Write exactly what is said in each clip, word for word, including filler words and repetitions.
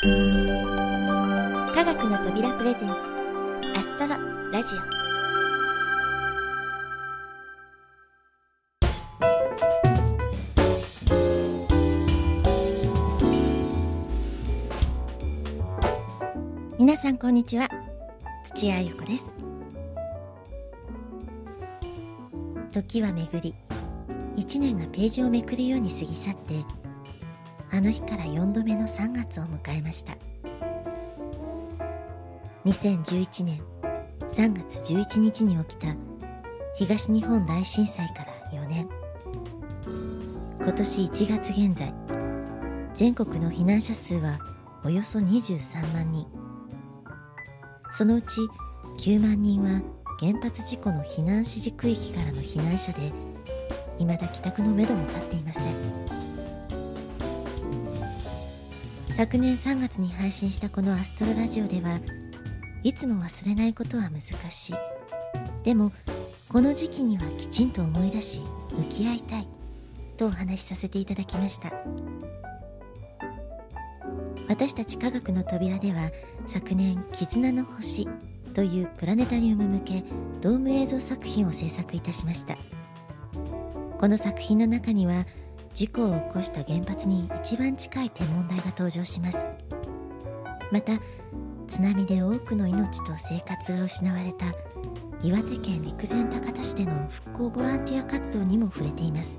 科学の扉プレゼンツアストロラジオ。皆さんこんにちは、土屋ゆ子です。時は巡り、一年がページをめくるように過ぎ去って、あの日からよんどめのさんがつを迎えました。にせんじゅういちねんさんがつじゅういちにちに起きた東日本大震災からよねん。今年いちがつ現在、全国の避難者数はおよそにじゅうさんまんにん。そのうちきゅうまんにんは原発事故の避難指示区域からの避難者で、未だ帰宅のめども立っていません。昨年さんがつに配信したこのアストロラジオでは、いつも忘れないことは難しい、でもこの時期にはきちんと思い出し向き合いたいとお話しさせていただきました。私たち科学の扉では、昨年絆の星というプラネタリウム向けドーム映像作品を制作いたしました。この作品の中には、事故を起こした原発に一番近い天文台が登場します。また津波で多くの命と生活が失われた岩手県陸前高田市での復興ボランティア活動にも触れています。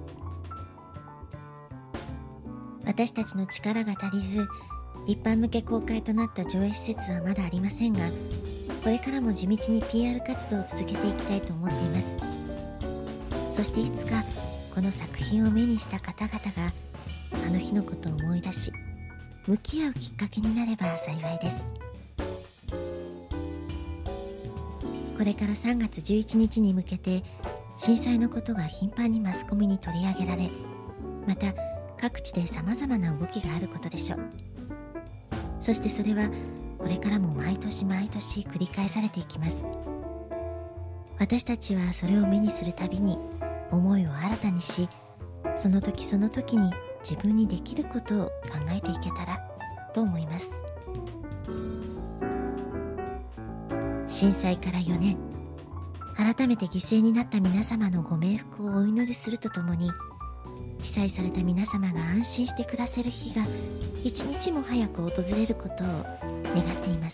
私たちの力が足りず、一般向け公開となった上映施設はまだありませんが、これからも地道に ピーアール 活動を続けていきたいと思っています。そしていつかこの作品を目にした方々があの日のことを思い出し、向き合うきっかけになれば幸いです。これからさんがつじゅういちにちに向けて、震災のことが頻繁にマスコミに取り上げられ、また各地で様々な動きがあることでしょう。そしてそれはこれからも毎年毎年繰り返されていきます。私たちはそれを目にするたびに思いを新たにし、その時その時に自分にできることを考えていけたらと思います。震災からよねん、改めて犠牲になった皆様のご冥福をお祈りするとともに、被災された皆様が安心して暮らせる日が一日も早く訪れることを願っています。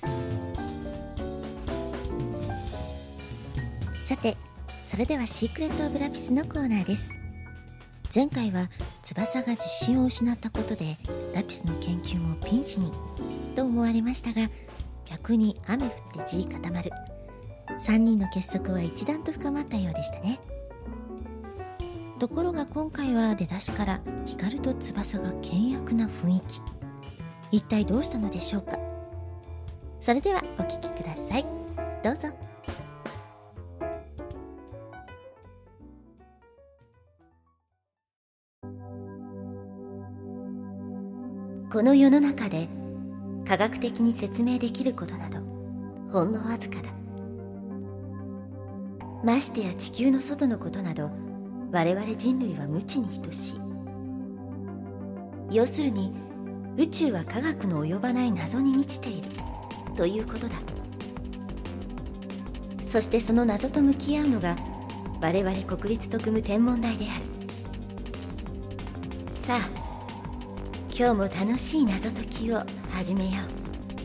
さて、それではシークレットオブラピスのコーナーです。前回は翼が自信を失ったことでラピスの研究もピンチにと思われましたが、逆に雨降って地固まる、さんにんの結束は一段と深まったようでしたね。ところが今回は出だしから光と翼が険悪な雰囲気。一体どうしたのでしょうか。それではお聞きください。どうぞ。この世の中で科学的に説明できることなどほんのわずかだ。ましてや地球の外のことなど我々人類は無知に等しい。要するに宇宙は科学の及ばない謎に満ちているということだ。そしてその謎と向き合うのが我々国立特務天文台である。さあ、今日も楽しい謎解きを始めよう。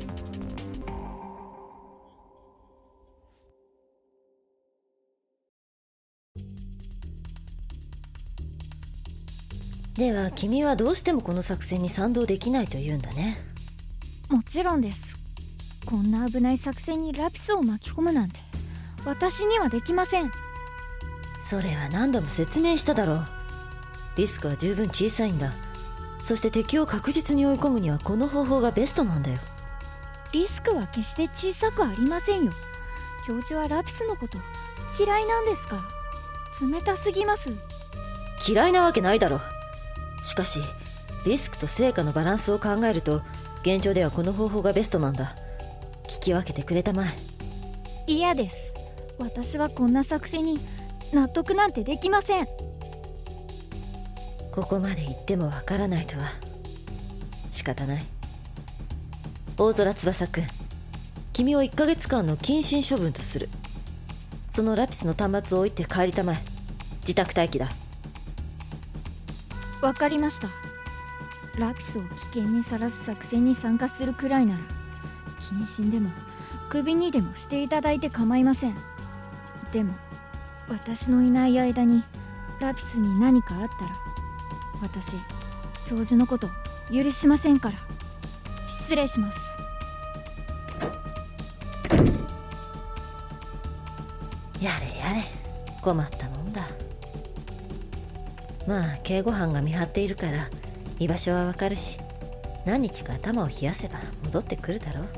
では君はどうしてもこの作戦に賛同できないというんだね。 もちろんです。こんな危ない作戦にラピスを巻き込むなんて私にはできません。 それは何度も説明しただろう。リスクは十分小さいんだ。そして敵を確実に追い込むにはこの方法がベストなんだよ。 リスクは決して小さくありませんよ。教授はラピスのこと嫌いなんですか。冷たすぎます。 嫌いなわけないだろう。しかしリスクと成果のバランスを考えると現状ではこの方法がベストなんだ。聞き分けてくれたまえ。 嫌です。私はこんな作戦に納得なんてできません。 ここまで言ってもわからないとは仕方ない。 大空翼くん、君をいっかげつかんの謹慎処分とする。そのラピスの端末を置いて帰りたまえ。自宅待機だ。 わかりました。ラピスを危険にさらす作戦に参加するくらいなら謹慎でもクビにでもしていただいて構いません。でも私のいない間にラピスに何かあったら私教授のこと許しませんから。失礼します。 やれやれ、困ったもんだ。まあ警護班が見張っているから居場所はわかるし、何日か頭を冷やせば戻ってくるだろう。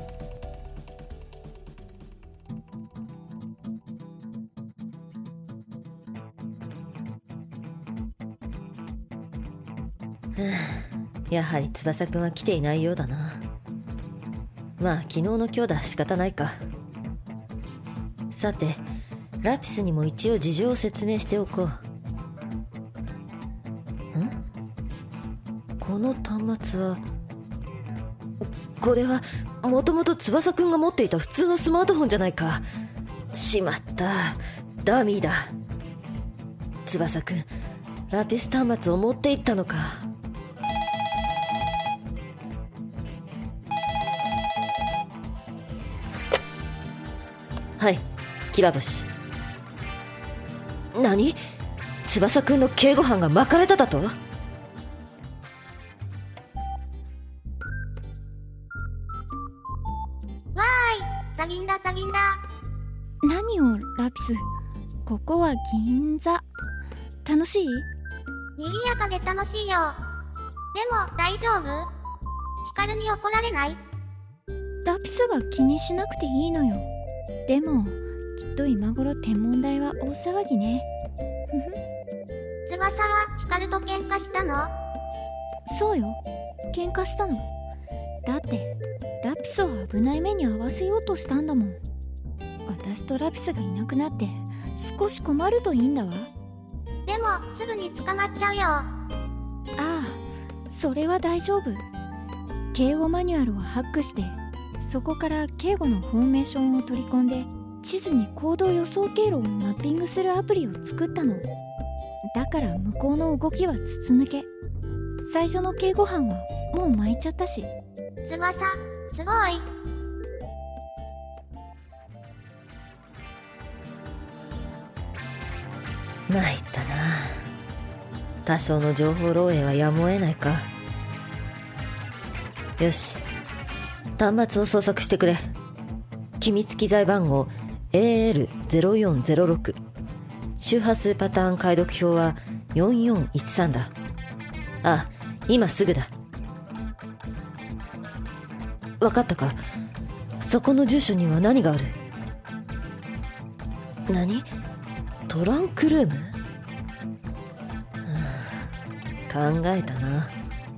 やはり翼くんは来ていないようだな。まあ昨日の今日だ、仕方ないか。さてラピスにも一応事情を説明しておこう。ん？この端末は、これはもともと翼くんが持っていた普通のスマートフォンじゃないか。しまった、ダミーだ。翼くん、ラピス端末を持っていったのか。はい、キラ星。何？翼くんの警護班が巻かれただと？ わーい、サギンだサギンだ。 何をラピス、ここは銀座。楽しい？ 賑やかで楽しいよ。でも大丈夫？ヒカルに怒られない？ ラピスは気にしなくていいのよ。でもきっと今頃天文台は大騒ぎね。 翼はヒカルと喧嘩したの？ そうよ、喧嘩したの。だってラピスを危ない目に遭わせようとしたんだもん。私とラピスがいなくなって少し困るといいんだわ。 でもすぐに捕まっちゃうよ。 ああ、それは大丈夫。警護マニュアルをハックしてそこから警護のフォーメーションを取り込んで地図に行動予想経路をマッピングするアプリを作ったの。だから向こうの動きは筒抜け。最初の警護班はもう巻いちゃったし。 翼、すごい。 参ったな。多少の情報漏洩はやむを得ないか。よし、端末を捜索してくれ。機密機材番号 エーエルゼロよんゼロろく、 周波数パターン解読表はよんよんいちさんだ。あ、今すぐだ。わかったか。そこの住所には何がある？何？トランクルーム？考えたな。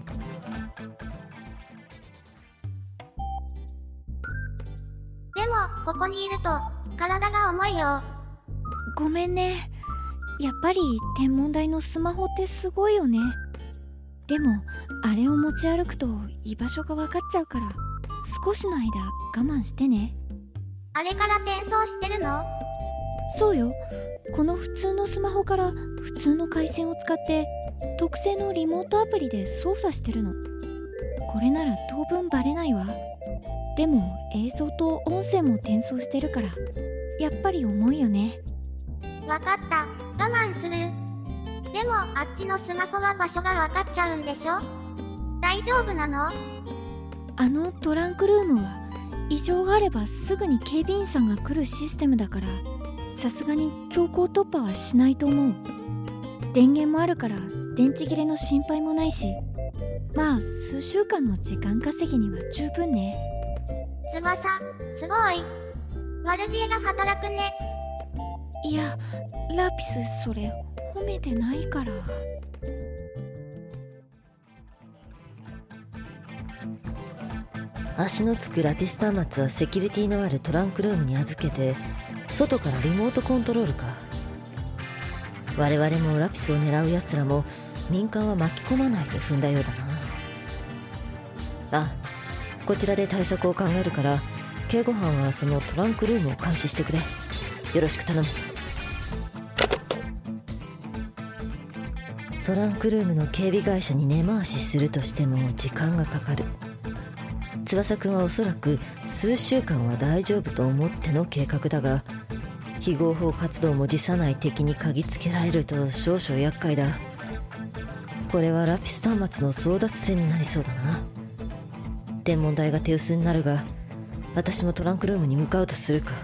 でもここにいると体が重いよ。 ごめんね。やっぱり天文台のスマホってすごいよね。でもあれを持ち歩くと居場所が分かっちゃうから少しの間我慢してね。 あれから転送してるの？ そうよ。この普通のスマホから普通の回線を使って特製のリモートアプリで操作してるの。これなら当分バレないわ。でも映像と音声も転送してるからやっぱり重いよね。 わかった、我慢する。でもあっちのスマホは場所が分かっちゃうんでしょ？大丈夫なの？ あのトランクルームは異常があればすぐに警備員さんが来るシステムだからさすがに強行突破はしないと思う。電源もあるから電池切れの心配もないし、まあ数週間の時間稼ぎには十分ね。 翼、すごい。悪知恵が働くね。 いや、ラピスそれ褒めてないから。 足のつくラピス端末はセキュリティのあるトランクルームに預けて外からリモートコントロールか。我々もラピスを狙う奴らも民間は巻き込まないと踏んだようだな。あ、 こちらで対策を考えるから、警護班はそのトランクルームを監視してくれ。よろしく頼む。トランクルームの警備会社に根回しするとしても時間がかかる。翼くんはおそらく数週間は大丈夫と思っての計画だが、非合法活動も辞さない敵に嗅ぎつけられると少々厄介だ。これはラピス端末の争奪戦になりそうだな。天文台が手薄になるが、私もトランクルームに向かうとするか。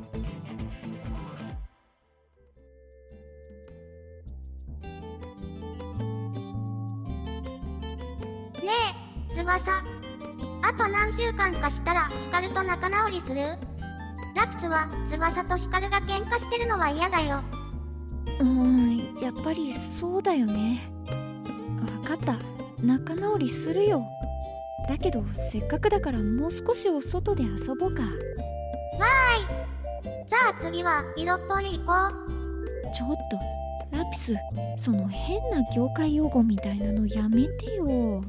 ねえ、翼。あと何週間かしたらヒカルと仲直りする？ラピスは翼とヒカルが喧嘩してるのは嫌だよ。 うーん、やっぱりそうだよね。分かった、仲直りするよ。だけどせっかくだからもう少しお外で遊ぼうか。わーい。じゃあ次は色っぽい行こう。 ちょっとラピス、その変な業界用語みたいなのやめてよ。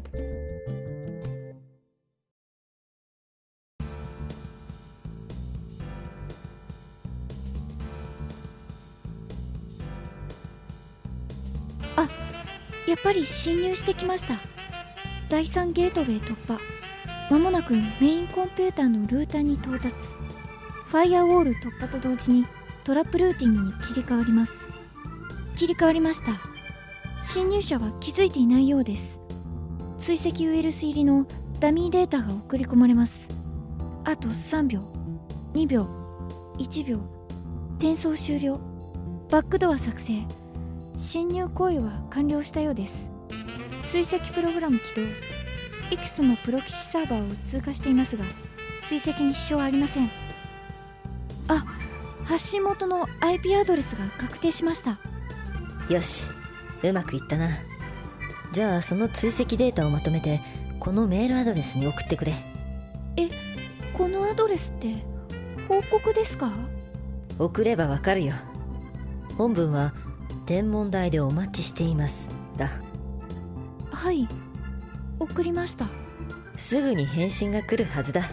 あ、やっぱり侵入してきました。だいさんゲートウェイ突破。まもなくメインコンピューターのルーターに到達。ファイアウォール突破と同時にトラップルーティングに切り替わります。切り替わりました。侵入者は気づいていないようです。追跡ウイルス入りのダミーデータが送り込まれます。あとさんびょう、にびょう、いちびょう。転送終了。バックドア作成。侵入行為は完了したようです。追跡プログラム起動。いくつもプロキシサーバーを通過していますが、追跡に支障はありません。あ、発信元の アイピー アドレスが確定しました。 よし、うまくいったな。じゃあその追跡データをまとめてこのメールアドレスに送ってくれ。 え、このアドレスって報告ですか？ 送ればわかるよ。本文は天文台でお待ちしていますだ。 はい、送りました。 すぐに返信が来るはずだ。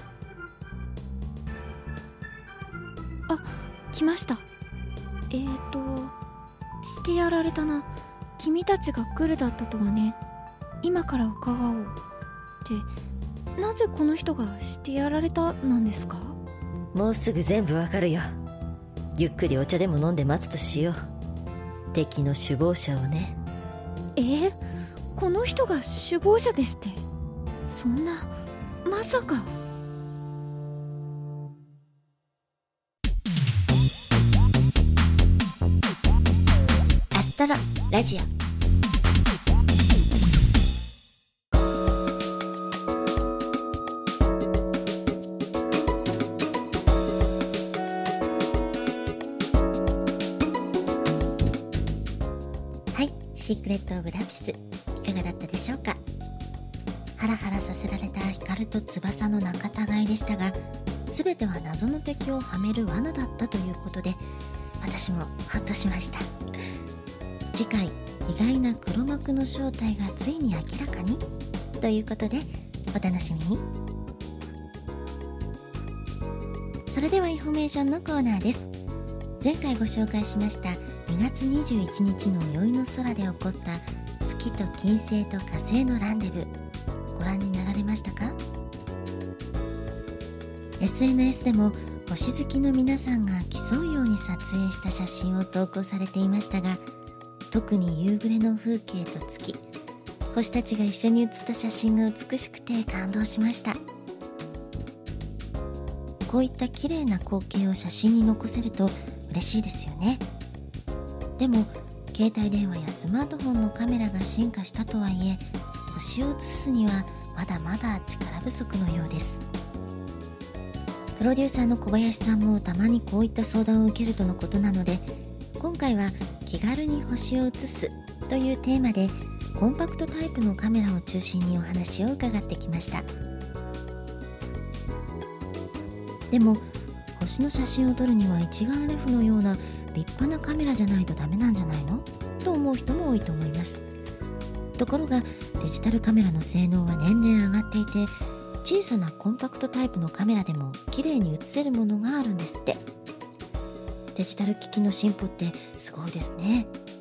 あ、来ました。えーとしてやられたな。君たちが来るだったとはね。今から伺おう。ってなぜこの人がしてやられたなんですか？ もうすぐ全部わかるよ。ゆっくりお茶でも飲んで待つとしよう。敵の首謀者をね。 えー、この人が首謀者ですって。そんな、まさか。 アストロラジオ。はい、シークレットオブラピス、いかがだったでしょうか。ハラハラさせられたヒカルと翼の仲違いでしたが、全ては謎の敵をはめる罠だったということで、私もホッとしました。次回、意外な黒幕の正体がついに明らかにということで、お楽しみに。それではインフォメーションのコーナーです。前回ご紹介しましたにがつにじゅういちにちの宵の空で起こった月と金星と火星のランデブ、ご覧になられましたか？ エスエヌエス でも星好きの皆さんが競うように撮影した写真を投稿されていましたが、特に夕暮れの風景と月、星たちが一緒に写った写真が美しくて感動しました。こういった綺麗な光景を写真に残せると嬉しいですよね。でも携帯電話やスマートフォンのカメラが進化したとはいえ、星を写すにはまだまだ力不足のようです。プロデューサーの小林さんもたまにこういった相談を受けるとのことなので、今回は気軽に星を写すというテーマでコンパクトタイプのカメラを中心にお話を伺ってきました。でも星の写真を撮るには一眼レフのような立派なカメラじゃないとダメなんじゃないのと思う人も多いと思います。ところがデジタルカメラの性能は年々上がっていて、 小さなコンパクトタイプのカメラでも綺麗に写せるものがあるんですって。デジタル機器の進歩ってすごいですね。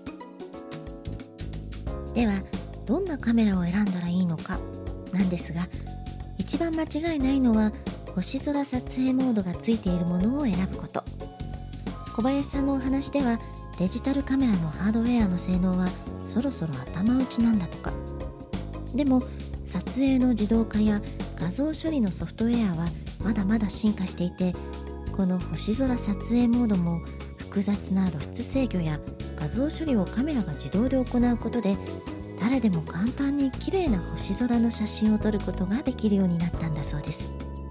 ではどんなカメラを選んだらいいのかなんですが、一番間違いないのは星空撮影モードがついているものを選ぶこと。小林さんのお話ではデジタルカメラのハードウェアの性能はそろそろ頭打ちなんだとか。でも撮影の自動化や画像処理のソフトウェアはまだまだ進化していて、この星空撮影モードも複雑な露出制御や画像処理をカメラが自動で行うことで、誰でも簡単に綺麗な星空の写真を撮ることができるようになったんだそうです。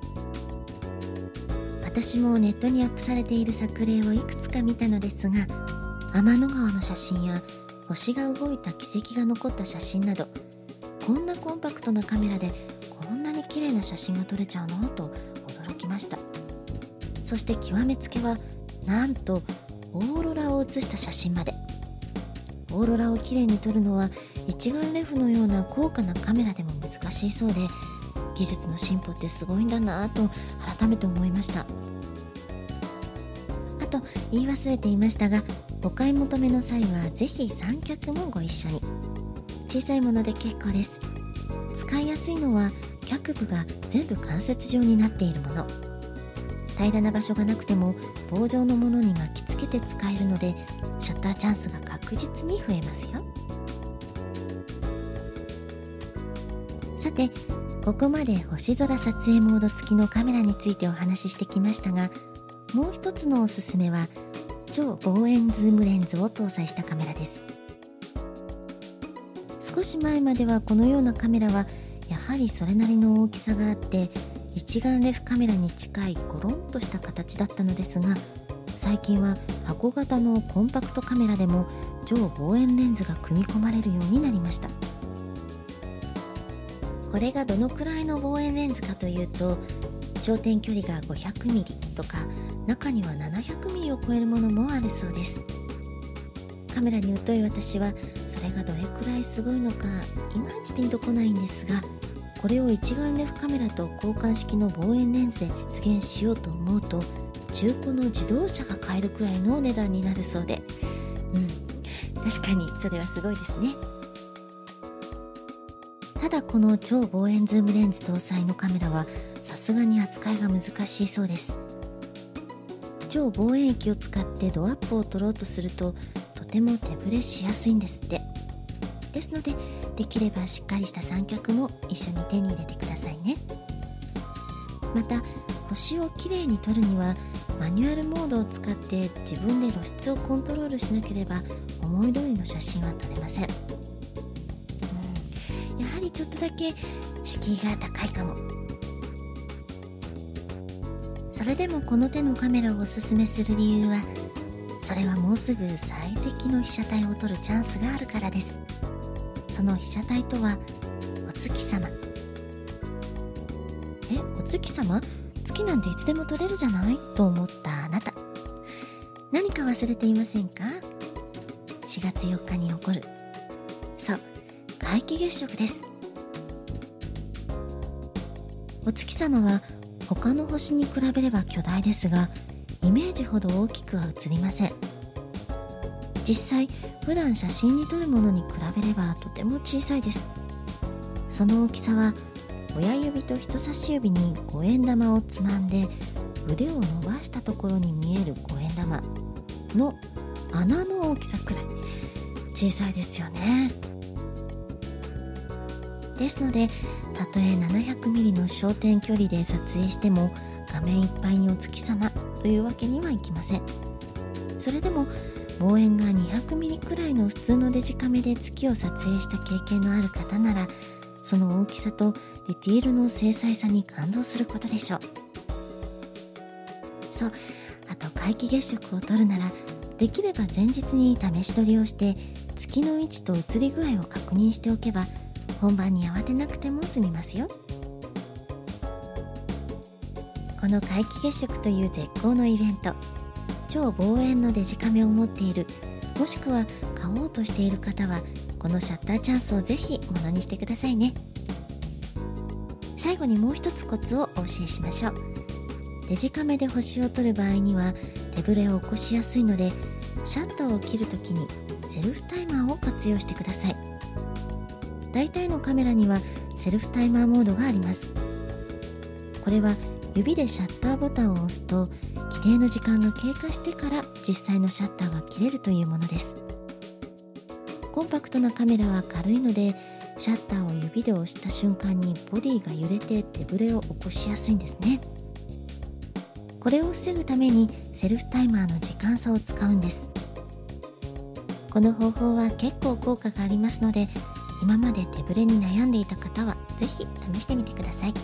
私もネットにアップされている作例をいくつか見たのですが、天の川の写真や星が動いた軌跡が残った写真など、こんなコンパクトなカメラでこんなに綺麗な写真が撮れちゃうのと驚きました。そして極めつけはなんとオーロラを写した写真まで。オーロラを綺麗に撮るのは一眼レフのような高価なカメラでも難しいそうで、技術の進歩ってすごいんだなぁと改めて思いました。あと言い忘れていましたが、お買い求めの際はぜひ三脚もご一緒に。小さいもので結構です。使いやすいのは脚部が全部間接状になっているもの。平らな場所がなくても棒状のものに巻きつけて使えるので、シャッターチャンスが確実に増えますよ。さて、ここまで星空撮影モード付きのカメラについてお話ししてきましたが、もう一つのおすすめは超望遠ズームレンズを搭載したカメラです。少し前まではこのようなカメラはやはりそれなりの大きさがあって、一眼レフカメラに近いゴロンとした形だったのですが、最近は箱型のコンパクトカメラでも超望遠レンズが組み込まれるようになりました。これがどのくらいの望遠レンズかというと、焦点距離が ごひゃくミリ とか、中には ななひゃくミリ を超えるものもあるそうです。カメラに疎い私はそれがどれくらいすごいのかいまいちピンとこないんですが、これを一眼レフカメラと交換式の望遠レンズで実現しようと思うと、中古の自動車が買えるくらいのお値段になるそうで、うん、確かにそれはすごいですね。ただこの超望遠ズームレンズ搭載のカメラはさすがに扱いが難しいそうです。超望遠域を使ってドアップを撮ろうとすると、とても手ぶれしやすいんですって。ですので、できればしっかりした三脚も一緒に手に入れてくださいね。また星をきれいに撮るにはマニュアルモードを使って自分で露出をコントロールしなければ思い通りの写真は撮れません。うん、やはりちょっとだけ敷居が高いかも。それでもこの手のカメラをおすすめする理由は、それはもうすぐ最適の被写体を撮るチャンスがあるからです。その被写体とはお月様。え、お月様？月なんていつでも撮れるじゃないと思ったあなた、何か忘れていませんか？しがつよっかに起こる、そう、皆既月食です。お月様は他の星に比べれば巨大ですが、イメージほど大きくは映りません。実際普段写真に撮るものに比べればとても小さいです。その大きさは親指と人差し指に五円玉をつまんで腕を伸ばしたところに見える五円玉の穴の大きさくらい、小さいですよね。ですので、たとえ ななひゃくミリ の焦点距離で撮影しても画面いっぱいにお月様というわけにはいきません。それでも望遠が にひゃくミリ くらいの普通のデジカメで月を撮影した経験のある方なら、その大きさとディティールの精細さに感動することでしょう。そう、あと皆既月食を撮るなら、できれば前日に試し撮りをして月の位置と写り具合を確認しておけば、本番に慌てなくても済みますよ。この皆既月食という絶好のイベント、超望遠のデジカメを持っている、もしくは買おうとしている方は、このシャッターチャンスをぜひものにしてくださいね。最最後にもう一つコツをお教えしましょう。デジカメで星を撮る場合には手ぶれを起こしやすいので、シャッターを切るときにセルフタイマーを活用してください。大体のカメラにはセルフタイマーモードがあります。これは指でシャッターボタンを押すと規定の時間が経過してから実際のシャッターが切れるというものです。コンパクトなカメラは軽いので、シャッターを指で押した瞬間にボディが揺れて手ぶれを起こしやすいんですね。これを防ぐためにセルフタイマーの時間差を使うんです。この方法は結構効果がありますので、今まで手ぶれに悩んでいた方はぜひ試してみてください。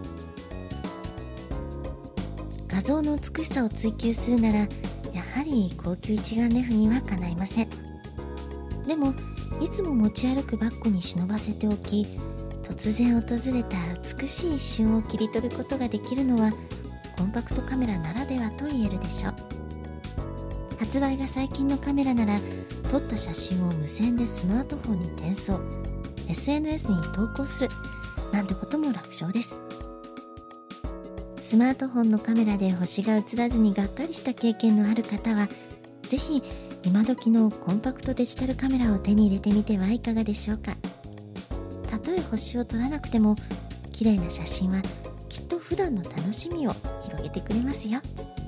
画像の美しさを追求するなら、やはり高級一眼レフにはかないません。でもいつも持ち歩くバッグに忍ばせておき、突然訪れた美しい一瞬を切り取ることができるのはコンパクトカメラならではと言えるでしょう。発売が最近のカメラなら、撮った写真を無線でスマートフォンに転送、 エスエヌエス に投稿するなんてことも楽勝です。スマートフォンのカメラで星が映らずにがっかりした経験のある方は、ぜひ今時のコンパクトデジタルカメラを手に入れてみてはいかがでしょうか。たとえ星を撮らなくても綺麗な写真はきっと普段の楽しみを広げてくれますよ。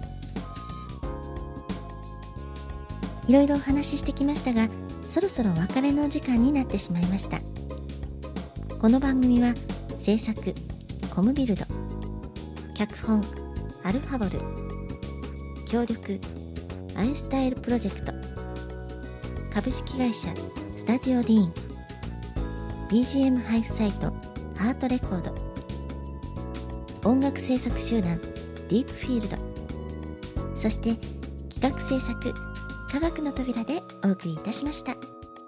いろいろお話ししてきましたが、そろそろお別れのお時間になってしまいました。この番組は制作コムビルド、脚本アルファボル、協力アイスタイルプロジェクト、株式会社スタジオディーン、 ビージーエム 配布サイトハートレコード、音楽制作集団ディープフィールド、そして企画制作科学の扉でお送りいたしました。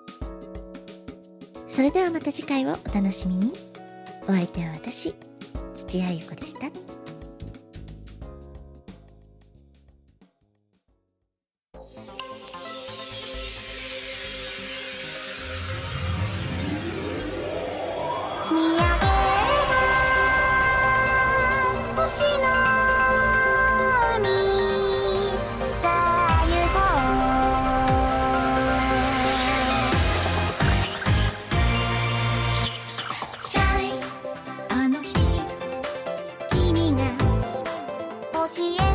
それではまた次回をお楽しみに。お相手は私、土屋ゆ子でした。 見上げれば星の海、さあ行こう。シャイン、あの日君が教え